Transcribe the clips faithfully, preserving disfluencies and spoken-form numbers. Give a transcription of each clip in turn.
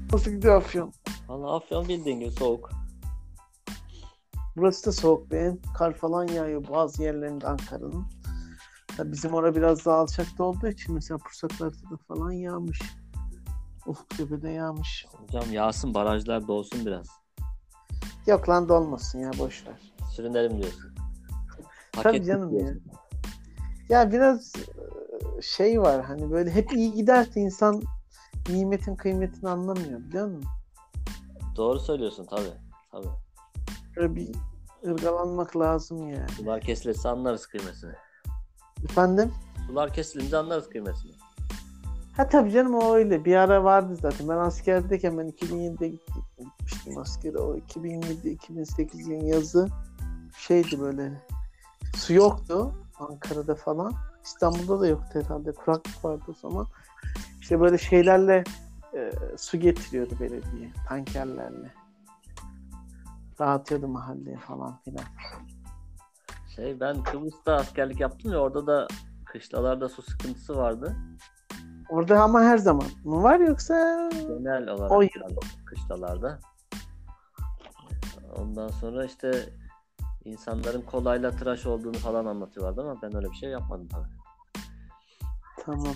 Nasıl gidiyor Afyon? Valla Afyon bildiğin gibi soğuk. Burası da soğuk be. Kar falan yağıyor bazı yerlerinde Ankara'nın. Tabii bizim orada biraz daha alçakta olduğu için mesela Pursaklar'da falan yağmış. Ufuktepe'de yağmış. Hocam yağsın, barajlar dolsun biraz. Yok lan dolmasın ya, boş ver. Sürünelim diyorsun. Hak Tabii ettik canım ya. diyorsun. Ya biraz e, şey var, hani böyle hep iyi giderse insan nimetin kıymetini anlamıyor, biliyor musun? Doğru söylüyorsun tabii. Tabii. Böyle bir ırgalanmak lazım yani. Sular kesilirse anlarız kıymetini. Efendim? Sular kesilince anlarız kıymetini. Ha tabii canım, o öyle. Bir ara vardı zaten. Ben askerdeyken ben iki bin yedide gittim, gitmiştim askere. O iki bin yedi iki bin sekizin yazı şeydi böyle. Su yoktu Ankara'da falan. İstanbul'da da yoktu herhalde. Kuraklık vardı o zaman. İşte böyle şeylerle e, su getiriyordu belediye. Tankerlerle. Dağıtıyordu mahalleye falan filan. Şey ben Kıbrıs'ta askerlik yaptım ya, orada da kışlalarda su sıkıntısı vardı. Orada ama her zaman mı var yoksa Genel olarak o yıl? yani kışlalarda. Ondan sonra işte insanların kolayla tıraş olduğunu falan anlatıyorlardı ama ben öyle bir şey yapmadım tabii. Tamam.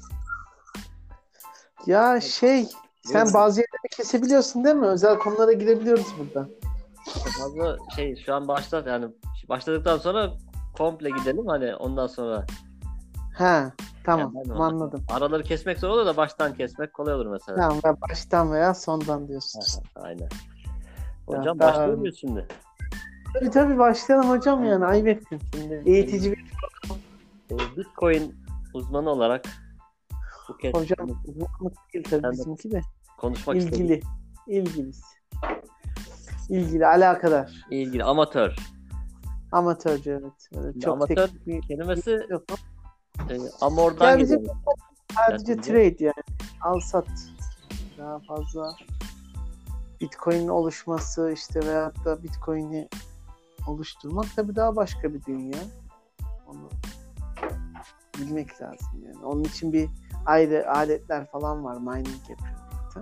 Ya şey, sen Buyurun. bazı yerleri kesebiliyorsun değil mi? Özel konulara girebiliyoruz burada. Fazla şey şu an başlar yani başladıktan sonra komple gidelim hani ondan sonra. Ha, tamam. Yani ben Tamam, anladım. araları kesmek zor olur da baştan kesmek kolay olur mesela. Tamam, ve baştan veya sondan diyorsun. Aha, aynen. Hocam Ya, başlıyor ben- muyuz şimdi? Tabii tabii başlayalım hocam, yani ayıp ettin. Şimdi Eğitici bir e, Bitcoin uzmanı olarak Buket hocam, uzmanlık değil tabii Sen de bizimki de. konuşmak istedim. İlgili. İlgilisi. İlgili, alakadar. İlgili amatör. Amatörce, evet. Öyle Şimdi çok amatör teknik bir kelimesi yok. e, amordan Ya bizim geliyor. sadece Latince. trade yani. Al sat. Daha fazla Bitcoin'in oluşması işte veyahut da Bitcoin'i oluşturmak tabii daha başka bir dünya. Onu bilmek lazım yani. Onun için bir ayrı aletler falan var. Mining yapıyor zaten.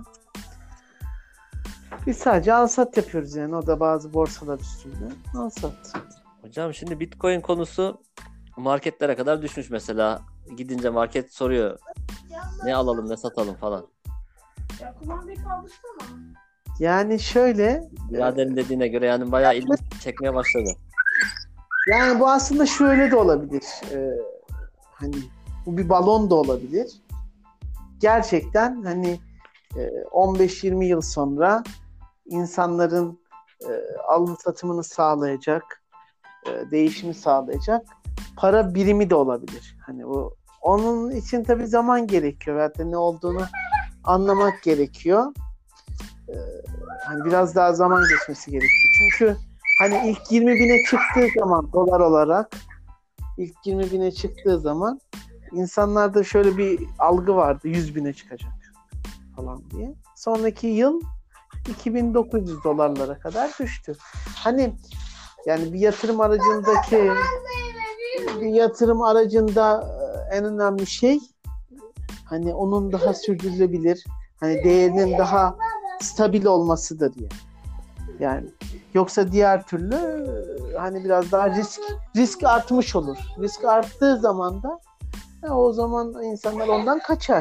Biz sadece al sat yapıyoruz yani. O da bazı borsalar üstünde. Al sat. Hocam şimdi Bitcoin konusu marketlere kadar düşmüş mesela. Gidince market soruyor ne alalım ne satalım falan. Ya kumandayı kaldırsana. Yani şöyle, Biraderin dediğine göre yani bayağı ilgi çekmeye başladı. yani bu aslında şöyle de olabilir. Ee, hani bu bir balon da olabilir. Gerçekten hani e, on beş yirmi yıl sonra insanların e, alım satımını sağlayacak, e, değişimi sağlayacak para birimi de olabilir. Hani o onun için tabii zaman gerekiyor. Veyahut da ne olduğunu anlamak gerekiyor. E, hani biraz daha zaman geçmesi gerekiyor. Çünkü hani ilk yirmi bine çıktığı zaman dolar olarak ilk yirmi bine çıktığı zaman insanlarda şöyle bir algı vardı. yüz bine çıkacak falan diye. Sonraki yıl iki bin dokuz yüz dolarlara kadar düştü. Hani yani bir yatırım aracındaki bir yatırım aracında en önemli şey hani onun daha sürdürülebilir, hani değerinin daha stabil olmasıdır yani. Yani yoksa diğer türlü hani biraz daha risk risk artmış olur. Risk arttığı zaman da ya o zaman insanlar ondan kaçar.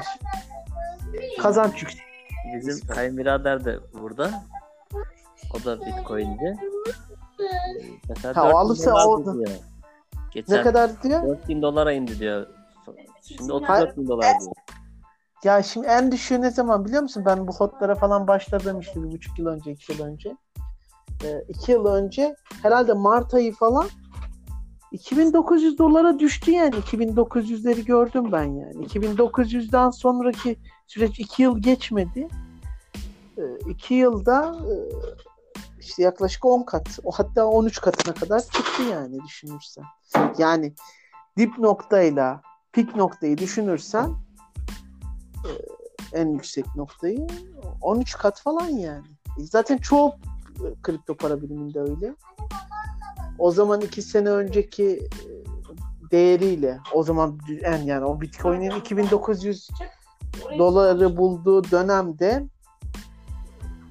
Kazanç yüksek. Bizim kayınbirader de burada. O da Bitcoin'ci. Mesela Ha, o dört bin alırsa dolar o- diyor. Geçen Ne kadar diyor? dört bin dolara indi diyor. Şimdi otuz dört bin dolar diyor. Ya şimdi en düşüğü ne zaman biliyor musun? Ben bu hotlara falan başladım işte bir buçuk yıl önce, iki yıl önce. Ee, iki yıl önce herhalde Mart ayı falan iki bin dokuz yüz dolara düştü yani. iki bin dokuz yüzleri gördüm ben yani. iki bin dokuz yüzden sonraki süreç iki yıl geçmedi. Ee, iki yılda e, işte yaklaşık on kat, o hatta on üç katına kadar çıktı yani düşünürsen. Yani dip noktayla pik noktayı düşünürsen e, en yüksek noktayı on üç kat falan yani. E, Zaten çoğu e, kripto para biriminde öyle. O zaman iki sene önceki e, değeriyle o zaman en yani o Bitcoin'in iki bin dokuz yüz doları bulduğu dönemde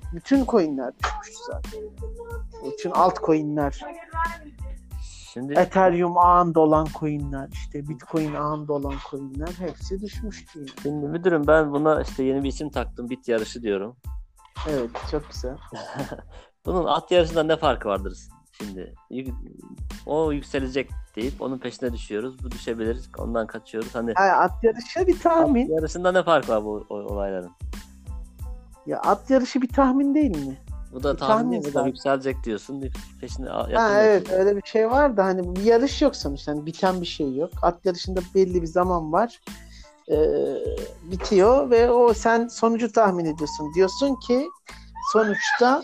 Bütün coinler düşmüştü zaten. Bütün altcoin'ler, Şimdi Ethereum ağında olan coin'ler, işte Bitcoin ağında olan coin'ler hepsi düşmüştü yani. Şimdi müdürüm ben buna işte yeni bir isim taktım. Bit yarışı diyorum. Evet, çok güzel. Bunun at yarışından ne farkı vardır şimdi? Yük- O yükselecek deyip onun peşine düşüyoruz. Bu düşebilir. Ondan kaçıyoruz. Hani Yani at yarışı bir at tahmin. yarışında ne fark var bu o- olayların? Ya at yarışı bir tahmin değil mi? Bu da Bir tahmin tahmin değil. Bu da zaten. yükselecek diyorsun. Peşine a- Ha, yatırım evet, yapıyorsun. öyle bir şey var da hani bir yarış yok sonuçta. Hani biten bir şey yok. At yarışında belli bir zaman var. Ee, bitiyor ve o sen sonucu tahmin ediyorsun. Diyorsun ki sonuçta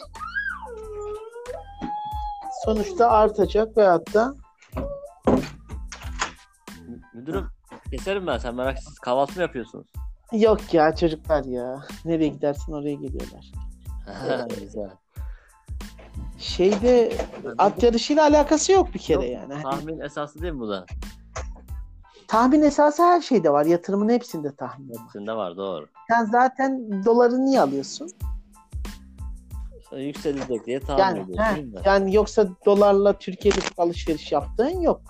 sonuçta artacak veyahut da Mü- Müdürüm keserim ben. Sen merak etme. Kahvaltı mı yapıyorsunuz? yok ya çocuklar ya. Nereye gidersin oraya geliyorlar. Güzel. Şeyde at yarışıyla alakası yok bir kere Yok, yani. Hani tahmin esaslı değil mi bu da? tahmin esası her şeyde var. Yatırımın hepsinde tahmin var. Hepsinde var doğru. Sen zaten doları niye alıyorsun? Sonra yükselecek diye tahmin Yani, ediyorsun he, değil mi? yani yoksa dolarla Türkiye'de alışveriş yaptığın yok.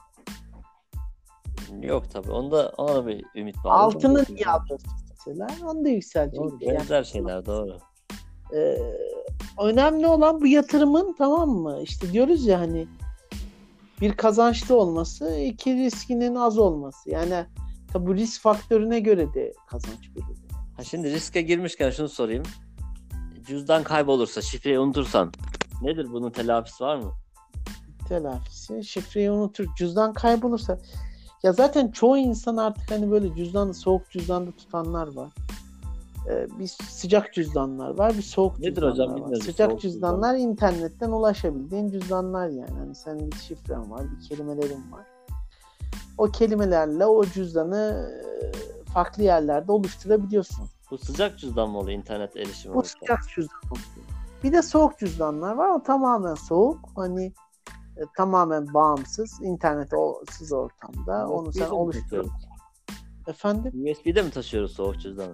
Yok tabii. Onda ona da bir ümit var. Altını niye alıyorsun mesela? Onu da yükselecek. Doğru, diye. benzer Yani, şeyler doğru. e, önemli olan bu yatırımın, tamam mı? İşte diyoruz ya hani bir kazançlı olması, iki riskinin az olması. Yani tabi bu risk faktörüne göre de kazanç belirli. Ha şimdi riske girmişken şunu sorayım. Cüzdan kaybolursa, şifreyi unutursan nedir bunun telafisi var mı? Telafisi, şifreyi unutur, cüzdan kaybolursa. Ya zaten çoğu insan artık hani böyle cüzdanı soğuk cüzdanda tutanlar var. Ee, bir sıcak cüzdanlar var, bir soğuk Nedir cüzdanlar hocam, var. bilmiyoruz Sıcak soğuk cüzdanlar internetten ulaşabildiğin cüzdanlar yani. Hani senin bir şifren var, bir kelimelerin var. O kelimelerle o cüzdanı e, farklı yerlerde oluşturabiliyorsun. Bu sıcak cüzdan mı oluyor internet erişimi Bu olursa? sıcak cüzdan oluyor. Bir de soğuk cüzdanlar var. O tamamen soğuk. Hani e, tamamen bağımsız, internetsiz ortamda. Onu sen U S B'de mi oluşturup taşıyoruz? efendim U S B'de mi taşıyoruz soğuk cüzdanı?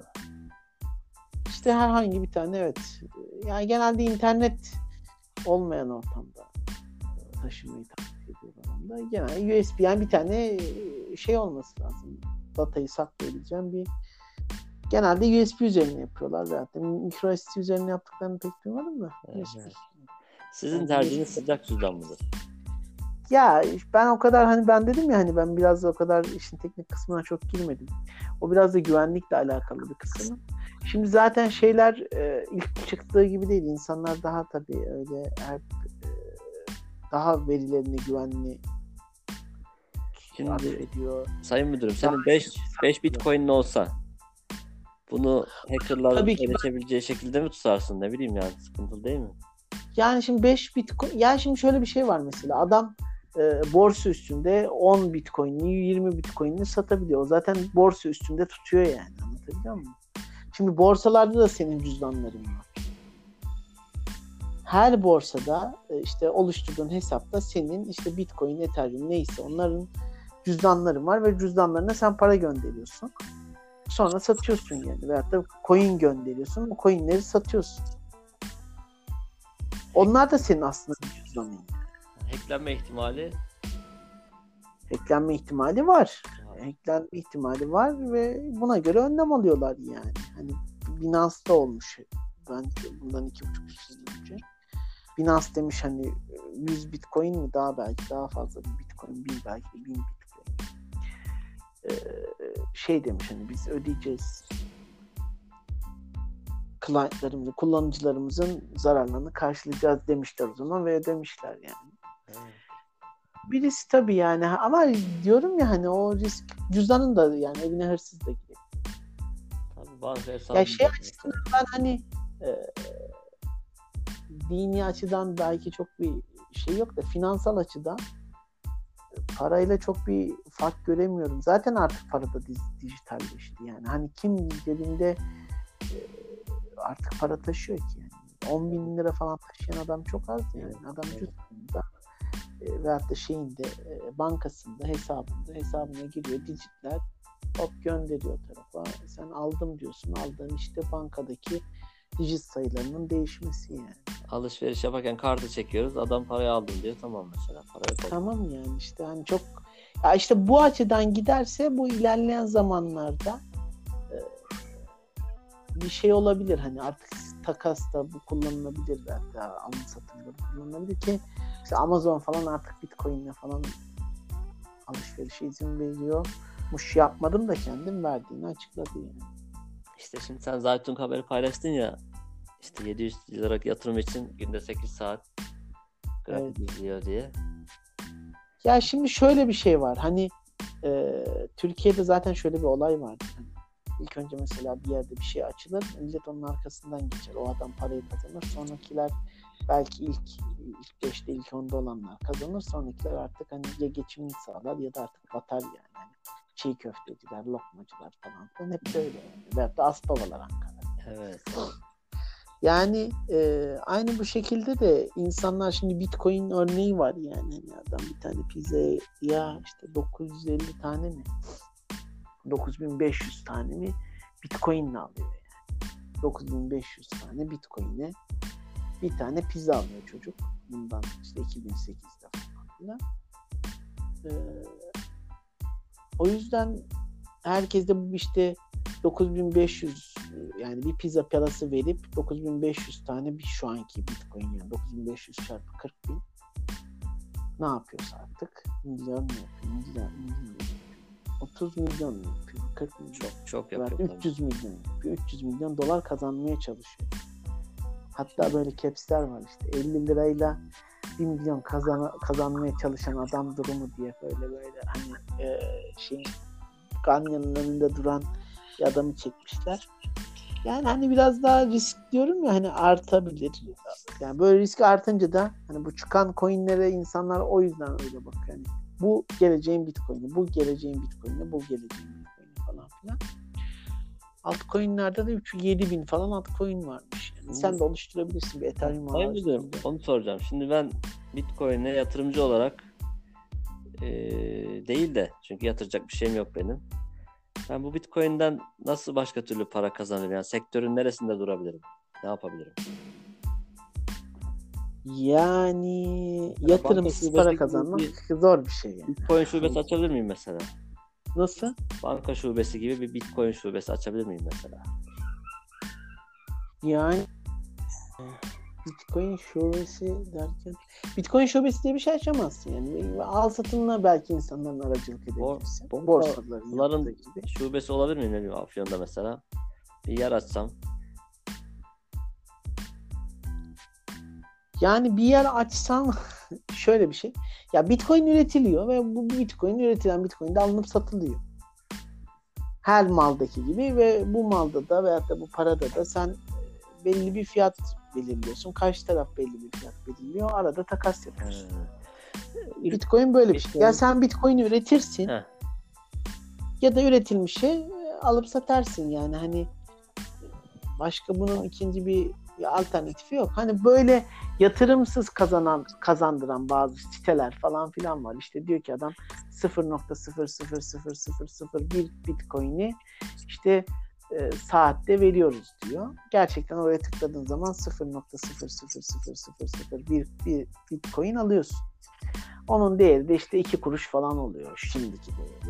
işte herhangi bir tane, evet. Yani genelde internet olmayan ortamda taşımayı tavsiye ediyorlar onda. Genelde U S B, yani bir tane şey olması lazım. Datayı saklayabileceğim bir, genelde U S B üzerine yapıyorlar zaten. Micro S D üzerine yaptıklarını pek duymadım da. Evet. U S B. Sizin Yani tercihiniz U S B. sıcak cüzdan mıdır? Ya ben o kadar, hani ben dedim ya, hani ben biraz da o kadar işin teknik kısmına çok girmedim. O biraz da güvenlikle alakalı bir kısmı. Şimdi zaten şeyler e, ilk çıktığı gibi değil. İnsanlar daha tabii öyle hep e, daha verilerini güvenli Şimdi ediyor. Sayın Müdürüm, senin Daha beş şey beş saklı. Bitcoin'in olsa bunu hackerların Tabii ki ben- erişebileceği şekilde mi tutarsın? Ne bileyim yani, sıkıntılı değil mi? Yani şimdi beş Bitcoin, yani şimdi şöyle bir şey var mesela. Adam e, borsa üstünde on Bitcoin'ini, yirmi Bitcoin'ini satabiliyor. O zaten borsa üstünde tutuyor yani. Anlatabiliyor muyum? Şimdi borsalarda da senin cüzdanların var. Her borsada e, işte oluşturduğun hesapta senin işte Bitcoin, Ethereum neyse onların cüzdanların var ve cüzdanlarına sen para gönderiyorsun. Sonra satıyorsun yani. Veyahut da coin gönderiyorsun. O coinleri satıyorsun. Onlar da senin aslında bir cüzdanın. Hacklenme ihtimali Eklenme ihtimali var. Eklenme ihtimali var ve buna göre önlem alıyorlar yani. Hani Binance'da olmuş. Ben bundan iki buçuk üç yıl önce. Binance demiş hani yüz Bitcoin mi, daha belki daha fazla bir Bitcoin, bin belki de bin Bitcoin. Ee, şey demiş hani biz ödeyeceğiz. Client'larımızın, kullanıcılarımızın zararlarını karşılayacağız demişler o zaman ve ödemişler yani. evet. Birisi tabii yani, ama diyorum ya hani o risk, cüzdanın da yani evine hırsız da giriyor. Tabii banka hesabı. Ya şey açısından ben hani e, dini açıdan belki çok bir şey yok da finansal açıdan e, parayla çok bir fark göremiyorum. Zaten artık para da diz- dijitalleşti yani. Hani kim cebinde e, artık para taşıyor ki yani. on bin lira falan taşıyan adam çok az yani. Adam cüzdanında e, veyahut da şeyinde e, bankasında hesabında hesabına giriyor, dijitler hop gönderiyor tarafa. Sen aldım diyorsun. Aldığın işte bankadaki Digit sayılarının değişmesi yani. Alışveriş yaparken kartı çekiyoruz. Adam parayı aldım diyor. Tamam mesela. Parayı koy. Tamam yani işte hani çok ya işte bu açıdan giderse bu ilerleyen zamanlarda e, bir şey olabilir. Hani artık takasta bu kullanılabilir belki alım satımda kullanılabilir ki işte Amazon falan artık Bitcoin'le falan alışverişe izin veriyormuş. Yapmadım da kendim verdiğini açıkladı yani. İşte şimdi sen Zaytun haberi paylaştın ya. İşte yedi yüz lira yatırım için günde sekiz saat grafik Evet. izliyor diye. Ya şimdi şöyle bir şey var. Hani e, Türkiye'de zaten şöyle bir olay var. Hani ilk önce mesela bir yerde bir şey açılır. Millet onun arkasından geçer. O adam parayı kazanır. Sonrakiler belki ilk ilk beşte ilk onda olanlar kazanır. Sonrakiler artık hani ya geçimini sağlar ya da artık batar yani. yani çiğ köfteciler, lokmacılar falan filan hep böyle yani. Veyahut da Aspavalar Ankara'da. Evet. Yani e, aynı bu şekilde de insanlar şimdi Bitcoin örneği var yani. Hani adam bir tane pizzaya işte dokuz yüz elli tane mi? dokuz bin beş yüz tane mi? Bitcoin'le alıyor yani. dokuz bin beş yüz tane Bitcoin'e bir tane pizza alıyor çocuk. Bundan işte iki bin sekizde falan. Ee, o yüzden herkes de bu işte dokuz bin beş yüz yani bir pizza parası verip dokuz bin beş yüz tane bir şu anki Bitcoin yani dokuz bin beş yüz çarpı kırk bin ne yapıyorsa artık milyar mı yapıyor? Milyar, milyar otuz milyon mu yapıyor? kırk milyon. Çok çok Evet, yapıyor. üç yüz milyon yapıyor. üç yüz milyon dolar kazanmaya çalışıyor. Hatta böyle caps'ler var işte elli lirayla bir milyon kazan kazanmaya çalışan adam durumu diye böyle böyle hani e, şey Ganyan'ın önünde duran bir adamı çekmişler. Yani hani biraz daha risk diyorum ya hani artabilir. Yani böyle risk artınca da hani bu çıkan coinlere insanlar o yüzden öyle bakıyor. Yani bu geleceğin Bitcoin'i, bu geleceğin Bitcoin'i, bu geleceğin Bitcoin'i falan filan. Altcoin'lerde de üç yüz yedi bin falan altcoin varmış. Yani sen de oluşturabilirsin bir Ethereum Hayır müdürüm, onu soracağım. Şimdi ben Bitcoin'e yatırımcı olarak e, değil de çünkü yatıracak bir şeyim yok benim. Ben bu Bitcoin'den nasıl başka türlü para kazanırım? Yani sektörün neresinde durabilirim? Ne yapabilirim? Yani Mesela yatırımsız para kazanmak bir, zor bir şey yani. Bitcoin şubesi açabilir miyim mesela? Nasıl? Banka şubesi gibi bir Bitcoin şubesi açabilir miyim mesela? Yani Bitcoin şubesi derken Bitcoin şubesi diye bir şey açamazsın yani. Al satımla belki insanların aracılık edebilirsin. Bor- Borsaların Bunların yaptığı gibi. şubesi olabilir mi? Ne bileyim Afyon'da mesela. Bir yer açsam. Yani bir yer açsam şöyle bir şey. Ya Bitcoin üretiliyor ve bu Bitcoin üretilen Bitcoin de alınıp satılıyor. Her maldaki gibi ve bu malda da veyahut da bu parada da sen belli bir fiyat belirliyorsun. Karşı taraf belli bir fiyat belirliyor. Arada takas yapıyorsun. Hmm. Bitcoin böyle bir şey. Ya sen Bitcoin'i üretirsin. Heh. Ya da üretilmişi alıp satarsın yani hani başka bunun ikinci bir alternatifi yok. Hani böyle yatırımsız kazanan kazandıran bazı siteler falan filan var. İşte diyor ki adam sıfır nokta sıfır sıfır sıfır sıfır sıfır bir Bitcoin'i işte e, saatte veriyoruz diyor. Gerçekten oraya tıkladığın zaman sıfır nokta sıfır sıfır sıfır sıfır sıfır bir, bir Bitcoin alıyorsun. Onun değeri de işte iki kuruş falan oluyor şimdiki değeri.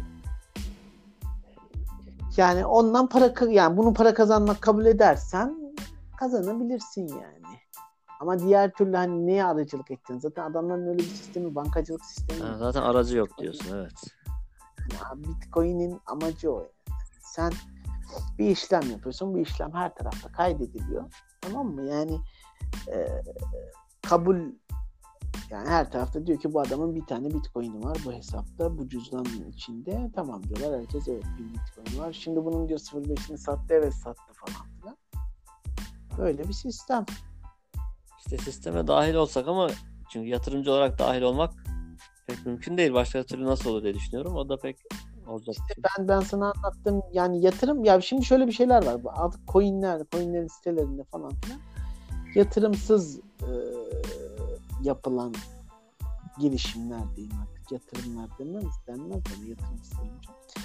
Yani ondan para yani bunu para kazanmak kabul edersen kazanabilirsin yani. Ama diğer türlü hani neye aracılık ettin? Zaten adamların öyle bir sistemi, bankacılık sistemi. Ha, zaten aracı yok diyorsun, evet. Ya Bitcoin'in amacı o yani. Sen bir işlem yapıyorsun, bu işlem her tarafta kaydediliyor. Tamam mı? Yani e, kabul yani her tarafta diyor ki bu adamın bir tane Bitcoin'i var bu hesapta, bu cüzdanın içinde. Tamam diyorlar, herkes evet bir Bitcoin var. Şimdi bunun diyor sıfır virgül beşini sattı, evet sattı falan filan. Böyle bir sistem. İşte sisteme dahil olsak ama çünkü yatırımcı olarak dahil olmak pek mümkün değil. Başka türlü nasıl olur diye düşünüyorum. O da pek olacak. İşte ben ben sana anlattım yani yatırım ya şimdi şöyle bir şeyler var. Artık coinler, coinlerin sitelerinde falan filan yatırımsız e, yapılan girişimler diyeyim artık. Yatırımlar denmez, denmez yani yatırımsız olunca.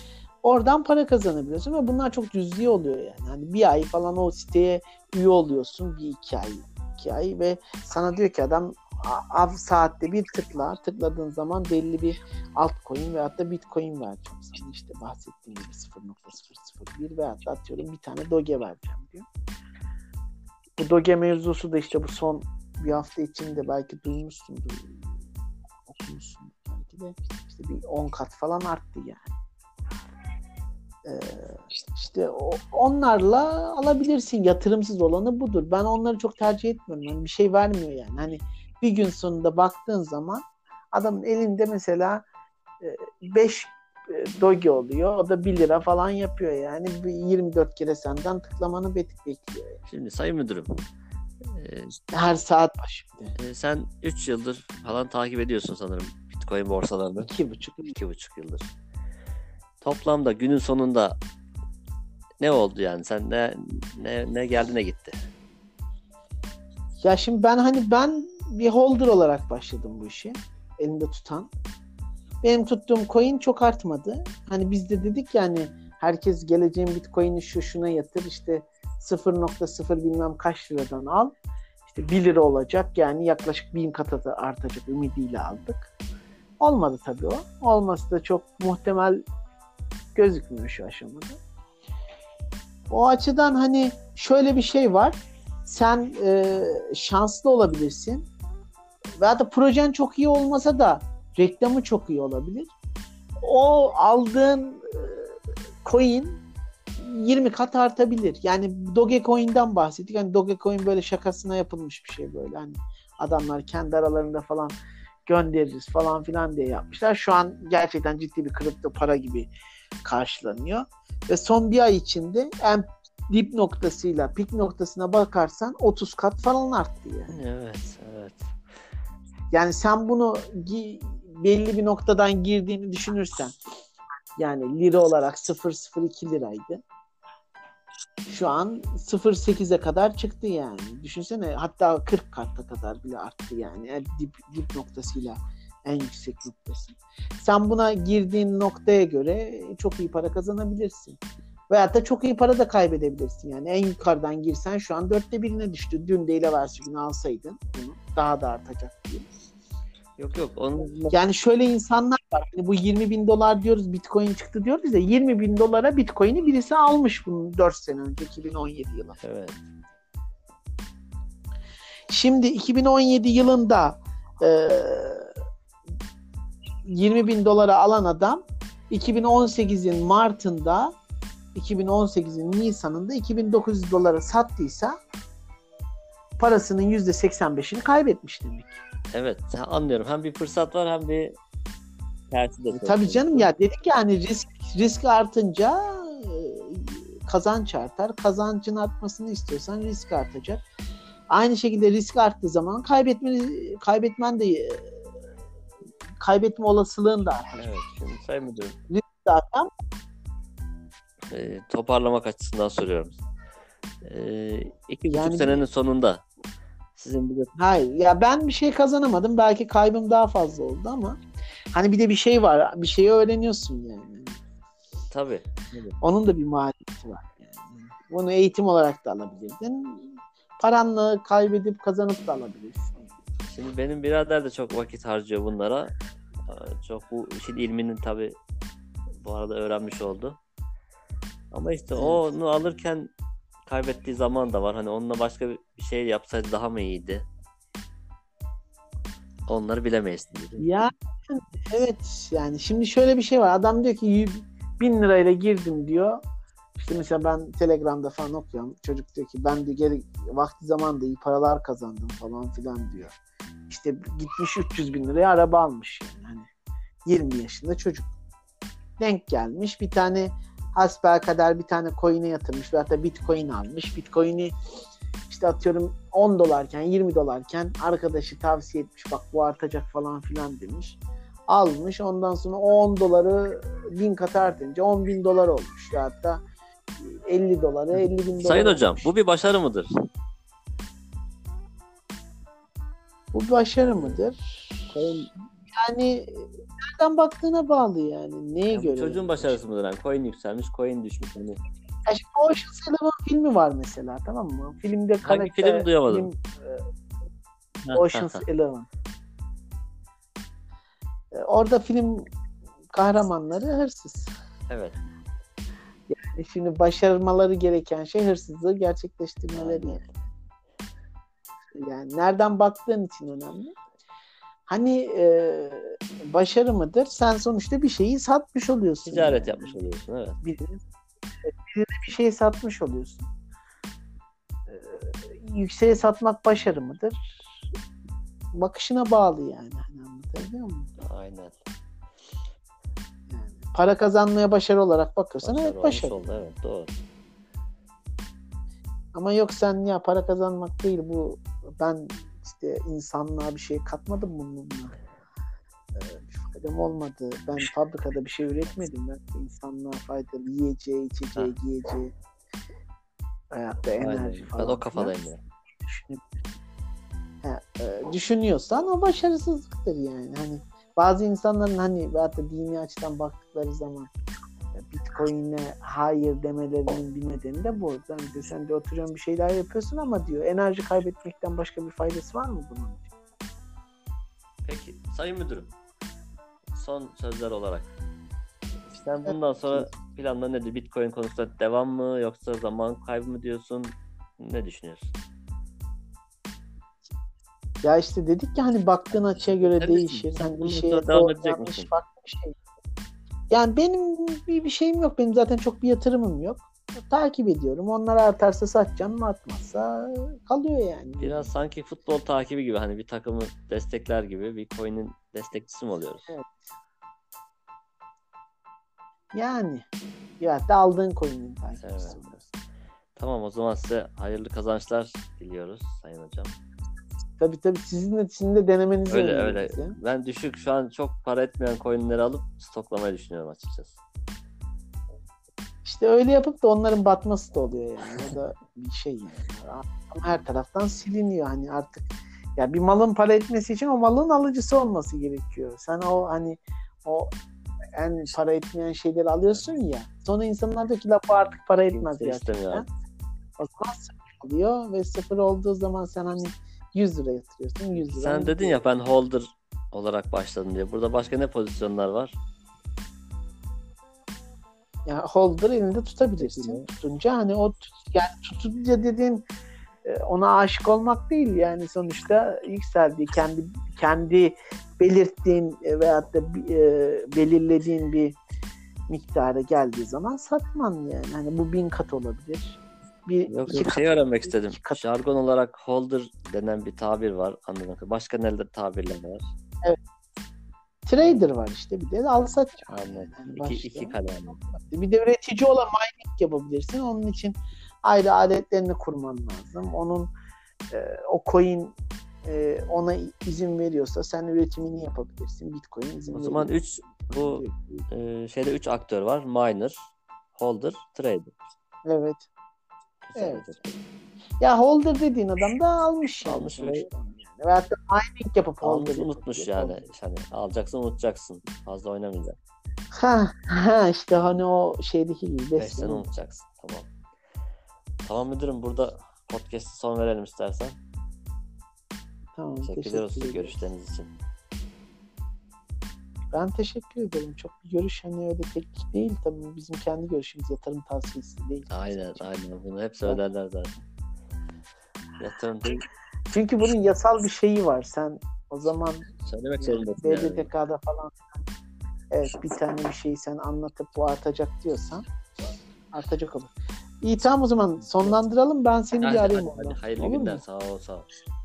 Oradan para kazanabiliyorsun ve bunlar çok cüzi oluyor yani. Hani bir ay falan o siteye üye oluyorsun. Bir iki ay. iki ay ve sana diyor ki adam av saatte bir tıkla. Tıkladığın zaman belli bir altcoin veyahut da bitcoin vereceğim sana. İşte bahsettiğim gibi sıfır nokta sıfır sıfır bir veyahut da atıyorum bir tane doge vereceğim diyor. Bu doge mevzusu da işte bu son bir hafta içinde belki duymuşsundur. Okumuşsundur belki de. İşte bir on kat falan arttı yani. Ee, işte o, onlarla alabilirsin. Yatırımsız olanı budur. Ben onları çok tercih etmiyorum. Yani bir şey vermiyor yani. Hani bir gün sonunda baktığın zaman adamın elinde mesela beş doge oluyor. O da bir lira falan yapıyor yani. yirmi dört kere senden tıklamanı bekliyor. Yani. Şimdi Sayın Müdürüm, e, her saat başı. E, sen üç yıldır falan takip ediyorsun sanırım Bitcoin borsalarını. iki buçuk iki buçuk yıldır. Toplamda günün sonunda ne oldu yani? Sen ne ne ne geldi ne gitti? Ya şimdi ben hani ben bir holder olarak başladım bu işi. Elimde tutan. Benim tuttuğum coin çok artmadı. Hani biz de dedik yani herkes geleceğin Bitcoin'i şu şuna yatır işte sıfır nokta sıfır bilmem kaç liradan al. İşte bir lira olacak yani yaklaşık bin kata da artacak ümidiyle aldık. Olmadı tabii o. Olması da çok muhtemel gözükmüyor şu aşamada. O açıdan hani şöyle bir şey var. Sen e, şanslı olabilirsin. Veya da projen çok iyi olmasa da reklamı çok iyi olabilir. O aldığın e, coin yirmi kat artabilir. Yani Dogecoin'den bahsettik. Yani Dogecoin böyle şakasına yapılmış bir şey böyle. Hani adamlar kendi aralarında falan göndeririz falan filan diye yapmışlar. Şu an gerçekten ciddi bir kripto para gibi karşılanıyor. Ve son bir ay içinde en dip noktasıyla pik noktasına bakarsan otuz kat falan arttı yani. Evet, evet. Yani sen bunu gi- belli bir noktadan girdiğini düşünürsen yani lira olarak sıfır virgül sıfır iki liraydı. Şu an sıfır virgül sekize kadar çıktı yani. Düşünsene hatta kırk kata kadar bile arttı yani. yani dip, dip noktasıyla en yüksek noktası. Sen buna girdiğin noktaya göre çok iyi para kazanabilirsin. Veyahut da çok iyi para da kaybedebilirsin. Yani en yukarıdan girsen şu an dörtte birine düştü. Dün değil evvelsi gün alsaydın bunu daha da artacak diye. Yok yok. Onun... Yani şöyle insanlar var. Hani bu yirmi bin dolar diyoruz Bitcoin çıktı diyoruz ya yirmi bin dolara Bitcoin'i birisi almış bunu dört sene önce iki bin on yedi yılı. Evet. Şimdi iki bin on yedi yılında e, yirmi bin dolara alan adam iki bin on sekizin Mart'ında iki bin on sekizin Nisan'ında iki bin dokuz yüz dolara sattıysa parasının yüzde seksen beşini kaybetmiş demek. Evet, anlıyorum. Hem bir fırsat var hem bir tersi de. E, tabii canım ya dedik ya hani risk risk artınca e, kazanç artar. Kazancın artmasını istiyorsan risk artacak. Aynı şekilde risk arttığı zaman kaybetmen kaybetmen de e, kaybetme olasılığın da artar. Evet, şimdi Sayın Müdürüm. Risk zaten E, toparlamak açısından soruyorum. E, iki buçuk Yani- senenin sonunda sizin bir de hayır ya ben bir şey kazanamadım. Belki kaybım daha fazla oldu ama hani bir de bir şey var. Bir şeyi öğreniyorsun yani. tabii. tabii. Onun da bir maliyeti var yani. Bunu eğitim olarak da alabilirdin. Paranla kaybedip kazanıp da alabilirsin. Şimdi benim birader de çok vakit harcıyor bunlara. Ee, Çok bu işin ilminin tabii bu arada öğrenmiş oldu. Ama işte Evet. onu alırken kaybettiği zaman da var. Hani onunla başka bir şey yapsaydı daha mı iyiydi? Onları bilemeyiz. Ya evet yani şimdi şöyle bir şey var. Adam diyor ki "Yüz- bin lirayla girdim diyor. İşte mesela ben Telegram'da falan okuyorum. Çocuk diyor ki ben de geri vakti zamanında iyi paralar kazandım falan filan diyor. İşte gitmiş üç yüz bin liraya araba almış yani. Hani yirmi yaşında çocuk. Denk gelmiş bir tane hasbelkader bir tane coin'e yatırmış veyahut da Bitcoin almış. Bitcoin'i işte atıyorum on dolarken yirmi dolarken arkadaşı tavsiye etmiş bak bu artacak falan filan demiş. Almış ondan sonra o on doları bin kat artınca on bin dolar olmuş. Veyahut da elli doları elli bin dolar Sayın Hocam, olmuş. bu bir başarı mıdır? Bu bir başarı mıdır? Yani nereden baktığına bağlı yani. Neye Ya bu göre? çocuğun başarısı mıdır? Yani coin yükselmiş, coin düşmüş. Hani Ya şimdi Ocean's Eleven filmi var mesela, tamam mı? Filmde hangi karakter film duyamadım. film e, Ocean's Eleven. E, orada film kahramanları hırsız. Evet. E şimdi başarmaları gereken şey hırsızlığı gerçekleştirmeleri. Aynen. Yani. Yani nereden baktığın için önemli. Hani e, başarı mıdır? Sen sonuçta bir şeyi satmış oluyorsun. Ticaret yani. yapmış oluyorsun, evet. Birine, birine bir şey satmış oluyorsun. E, yükseğe satmak başarı mıdır? Bakışına bağlı yani. Hani anlatabiliyor muyum? Aynen. Yani para kazanmaya başarı olarak bakıyorsan Başarı evet olmuş başarı. oldu, evet, doğru. Ama yok sen ya para kazanmak değil bu, ben işte insanlığa bir şey katmadım bununla. Ee, bir faydam olmadı. Ben fabrikada bir şey üretmedim. Ben insanlığa faydalı yiyeceği, içeceği, Ha. giyeceği, hayatta enerji Aynen. falan. Ben o kafadayım ya. Düşünüp, ha, e, düşünüyorsan o başarısızlıktır yani. Hani bazı insanların hani veyahut da dini açıdan baktıkları zaman Bitcoin'e hayır demelerinin bir nedeni de bu. Yani de sen de oturuyorsun bir şeyler yapıyorsun ama diyor enerji kaybetmekten başka bir faydası var mı bunun? Peki Sayın Müdürüm, son sözler olarak sen bundan sonra planla nedir? Bitcoin konusunda devam mı yoksa zaman kaybı mı diyorsun? Ne düşünüyorsun? Ya işte dedik ya hani baktığın açıya göre Sen değişir. misin? Sen Hani bir bundan şeye sonra devam doğru edecek yanlış misin? farklı bir şey. Yani benim bir, bir şeyim yok. Benim zaten çok bir yatırımım yok. Takip ediyorum. Onlar artarsa satacağım, artmazsa kalıyor yani. Biraz sanki futbol takibi gibi, hani bir takımı destekler gibi bir coin'in destekçisi mi oluyoruz? Evet. Yani ya da aldığın coin'in takipçisi Evet. oluyorsun. Tamam, o zaman size hayırlı kazançlar diliyoruz Sayın Hocam. Tabii tabii sizin de, sizin de denemenizi Öyle öneriyoruz öyle. ya. Ben düşük şu an çok para etmeyen coin'leri alıp stoklamayı düşünüyorum açıkçası. İşte öyle yapıp da onların batması da oluyor yani. O da bir şey yani. Ama her taraftan siliniyor hani artık. Ya bir malın para etmesi için o malın alıcısı olması gerekiyor. Sen o hani o en para etmeyen şeyleri alıyorsun ya. Sonra insanlar diyor ki la bu artık para etmez Kimse gerçekten. istemiyor. O zaman sıfır oluyor ve sıfır olduğu zaman sen hani yüz lira yatırıyorsun. yüz lira. Sen dedin ya ben holder olarak başladım diye. Burada başka ne pozisyonlar var? Ya holder elinde tutabilirsin. Tutunca hani o tut, yani tutunca dediğim ona aşık olmak değil yani sonuçta yükseldiği kendi kendi belirttiğin veyahut da e, belirlediğin bir miktara geldiği zaman satman yani. Hani bu bin kat olabilir. Bir Yok iki yok kat şey öğrenmek olabilir, istedim. iki kat. Jargon olarak holder denen bir tabir var anladığım kadarıyla. Başka neler tabirler var? Evet. Trader var işte bir de al sat. Anladım. Yani iki, başka. iki kalem. Bir de üretici olan mining yapabilirsin. Onun için ayrı aletlerini kurman lazım. Onun e, o coin e, ona izin veriyorsa sen üretimini yapabilirsin. Bitcoin izin O veriyor. zaman üç bu e, şeyde üç aktör var. Miner, holder, trader. Evet. Güzel. Evet. Ya holder dediğin adam da almış yani. Almış ve Yani. Veyahut da mining yapıp holder almış unutmuş yani. Holder. Hani alacaksın unutacaksın. Fazla oynamayacaksın. Ha, ha işte hani o şeydeki gibi. beş sene unutacaksın. Tamam. Tamam müdürüm, burada podcast'ı son verelim istersen. Tamam, Teşekkür teşekkür ediyoruz ederim. görüşleriniz için. Ben teşekkür ederim. Çok bir görüş hani öyle teknik değil. Tabii bizim kendi görüşümüz yatırım tavsiyesi değil. Aynen aynen. Bunu hep söylerler zaten. Yatırım değil. Çünkü bunun yasal bir şeyi var. Sen o zaman Söylemek yani zorundasın B yani. D T K'da falan evet bir tane bir şeyi sen anlatıp bu artacak diyorsan artacak olur. İyi tamam o zaman sonlandıralım. Ben seni Hadi, bir hadi, arayayım. hadi, ondan. hadi. Hayırlı Olur günler. mu? Sağ ol sağ ol.